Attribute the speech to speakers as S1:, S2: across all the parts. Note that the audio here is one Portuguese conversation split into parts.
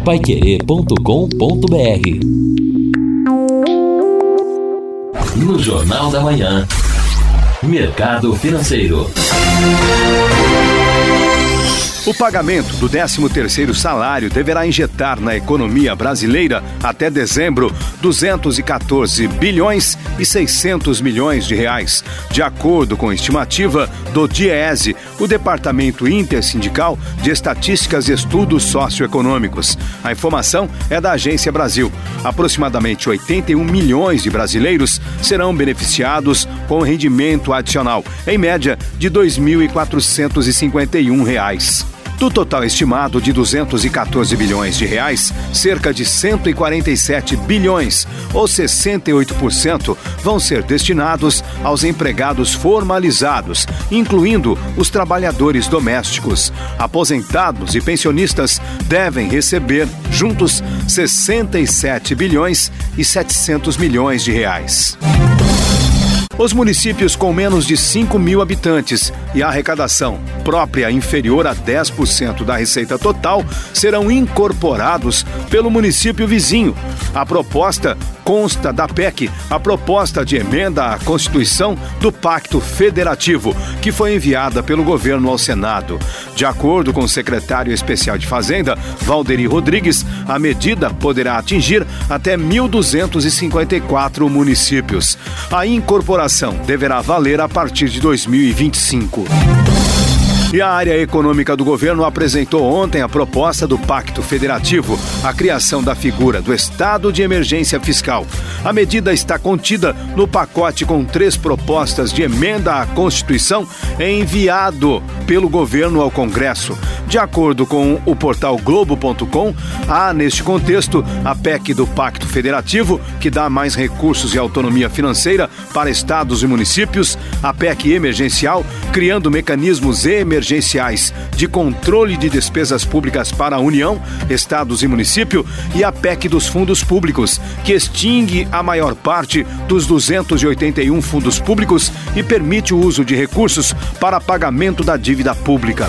S1: paiquerê.com.br. No Jornal da Manhã, Mercado Financeiro.
S2: O pagamento do 13º salário deverá injetar na economia brasileira até dezembro 214 bilhões e 600 milhões de reais, de acordo com a estimativa do DIEESE, o Departamento Intersindical de Estatísticas e Estudos Socioeconômicos. A informação é da Agência Brasil. Aproximadamente 81 milhões de brasileiros serão beneficiados com rendimento adicional, em média de R$ 2.451. Do total estimado de 214 bilhões de reais, cerca de 147 bilhões, ou 68%, vão ser destinados aos empregados formalizados, incluindo os trabalhadores domésticos. Aposentados e pensionistas devem receber, juntos, 67 bilhões e 700 milhões de reais. Os municípios com menos de 5 mil habitantes e a arrecadação própria inferior a 10% da receita total serão incorporados pelo município vizinho. A proposta consta da PEC, a proposta de emenda à Constituição do Pacto Federativo, que foi enviada pelo governo ao Senado. De acordo com o secretário especial de Fazenda, Valderi Rodrigues, a medida poderá atingir até 1.254 municípios. A incorporação deverá valer a partir de 2025. E a área econômica do governo apresentou ontem a proposta do Pacto Federativo, a criação da figura do Estado de Emergência Fiscal. A medida está contida no pacote com 3 propostas de emenda à Constituição enviado pelo governo ao Congresso. De acordo com o portal Globo.com, há neste contexto a PEC do Pacto Federativo, que dá mais recursos e autonomia financeira para estados e municípios, a PEC emergencial, criando mecanismos emergenciais de controle de despesas públicas para a União, estados e município, e a PEC dos fundos públicos, que extingue a maior parte dos 281 fundos públicos e permite o uso de recursos para pagamento da dívida pública.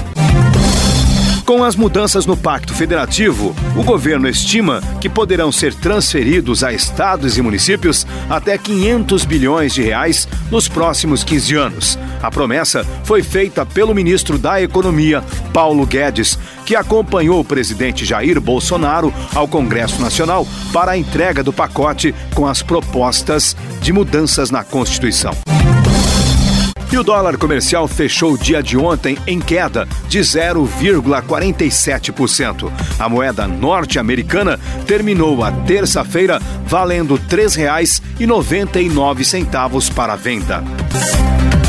S2: Com as mudanças no Pacto Federativo, o governo estima que poderão ser transferidos a estados e municípios até 500 bilhões de reais nos próximos 15 anos. A promessa foi feita pelo ministro da Economia, Paulo Guedes, que acompanhou o presidente Jair Bolsonaro ao Congresso Nacional para a entrega do pacote com as propostas de mudanças na Constituição. E o dólar comercial fechou o dia de ontem em queda de 0,47%. A moeda norte-americana terminou a terça-feira valendo R$ 3,99 para a venda.